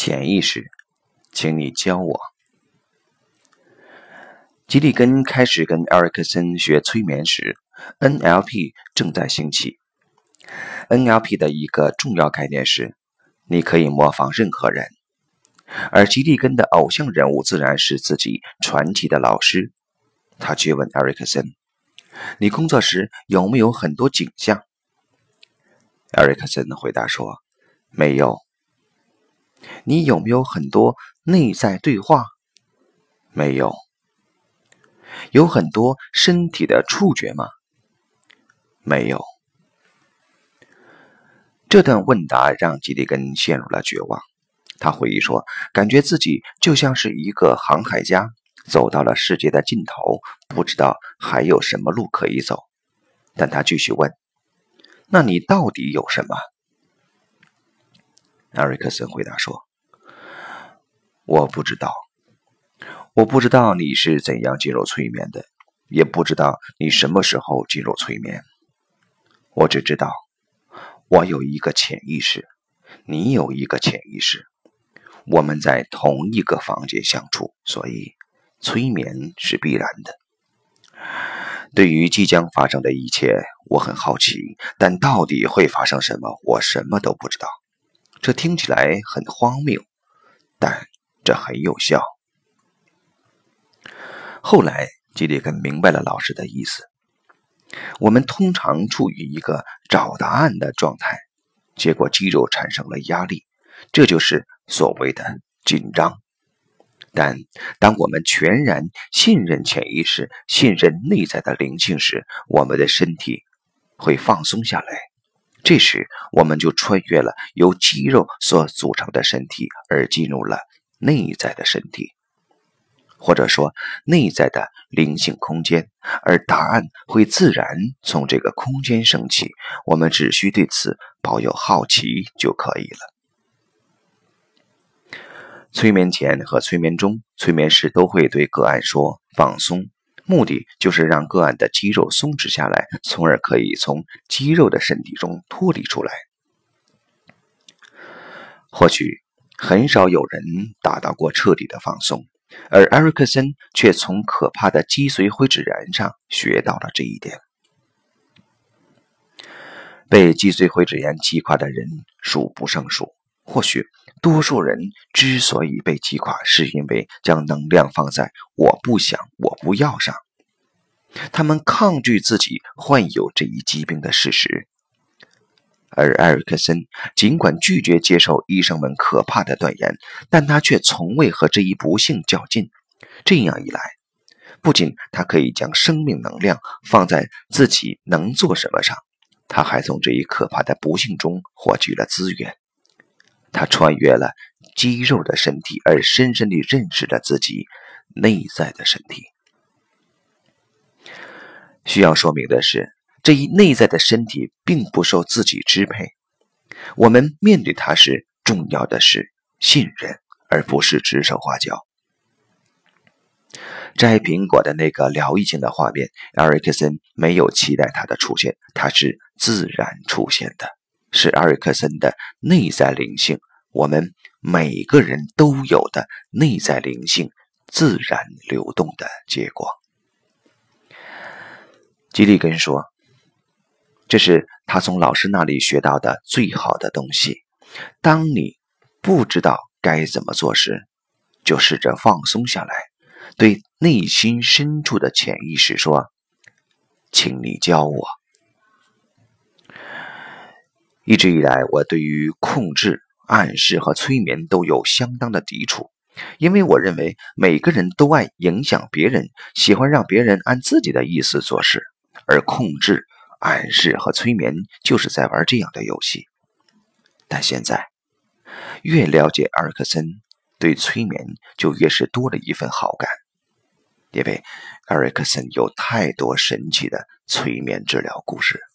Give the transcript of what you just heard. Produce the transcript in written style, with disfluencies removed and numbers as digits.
潜意识，请你教我。吉利根开始跟埃里克森学催眠时， NLP 正在兴起。NLP 的一个重要概念是，你可以模仿任何人，而吉利根的偶像人物自然是自己传奇的老师。他去问埃里克森，你工作时有没有很多景象？埃里克森回答说，没有。你有没有很多内在对话？没有。有很多身体的触觉吗？没有。这段问答让吉利根陷入了绝望。他回忆说，感觉自己就像是一个航海家，走到了世界的尽头，不知道还有什么路可以走。但他继续问，那你到底有什么？埃里克森回答说，我不知道。我不知道你是怎样进入催眠的，也不知道你什么时候进入催眠。我只知道，我有一个潜意识，你有一个潜意识，我们在同一个房间相处，所以催眠是必然的。对于即将发生的一切，我很好奇，但到底会发生什么，我什么都不知道。这听起来很荒谬，但这很有效。后来吉利根明白了老师的意思，我们通常处于一个找答案的状态，结果肌肉产生了压力，这就是所谓的紧张。但当我们全然信任潜意识，信任内在的灵性时，我们的身体会放松下来，这时我们就穿越了由肌肉所组成的身体，而进入了内在的身体，或者说内在的灵性空间，而答案会自然从这个空间升起，我们只需对此抱有好奇就可以了。催眠前和催眠中，催眠师都会对个案说放松，目的就是让个案的肌肉松弛下来，从而可以从肌肉的身体中脱离出来。或许很少有人达到过彻底的放松，而埃里克森却从可怕的脊髓灰质炎上学到了这一点。被脊髓灰质炎击垮的人数不胜数，或许多数人之所以被击垮，是因为将能量放在我不想我不要上，他们抗拒自己患有这一疾病的事实。而埃里克森尽管拒绝接受医生们可怕的断言，但他却从未和这一不幸较劲。这样一来，不仅他可以将生命能量放在自己能做什么上，他还从这一可怕的不幸中获取了资源。他穿越了肌肉的身体，而深深地认识了自己内在的身体。需要说明的是，这一内在的身体并不受自己支配，我们面对它时，重要的是信任，而不是指手画脚。摘苹果的那个疗愈性的画面，埃里克森没有期待它的出现，它是自然出现的，是埃里克森的内在灵性，我们每个人都有的内在灵性自然流动的结果。吉利根说，这是他从老师那里学到的最好的东西。当你不知道该怎么做时，就试着放松下来，对内心深处的潜意识说，请你教我。一直以来，我对于控制、暗示和催眠都有相当的抵触，因为我认为每个人都爱影响别人，喜欢让别人按自己的意思做事，而控制、暗示和催眠就是在玩这样的游戏。但现在越了解埃里克森，对催眠就越是多了一份好感，因为埃里克森有太多神奇的催眠治疗故事。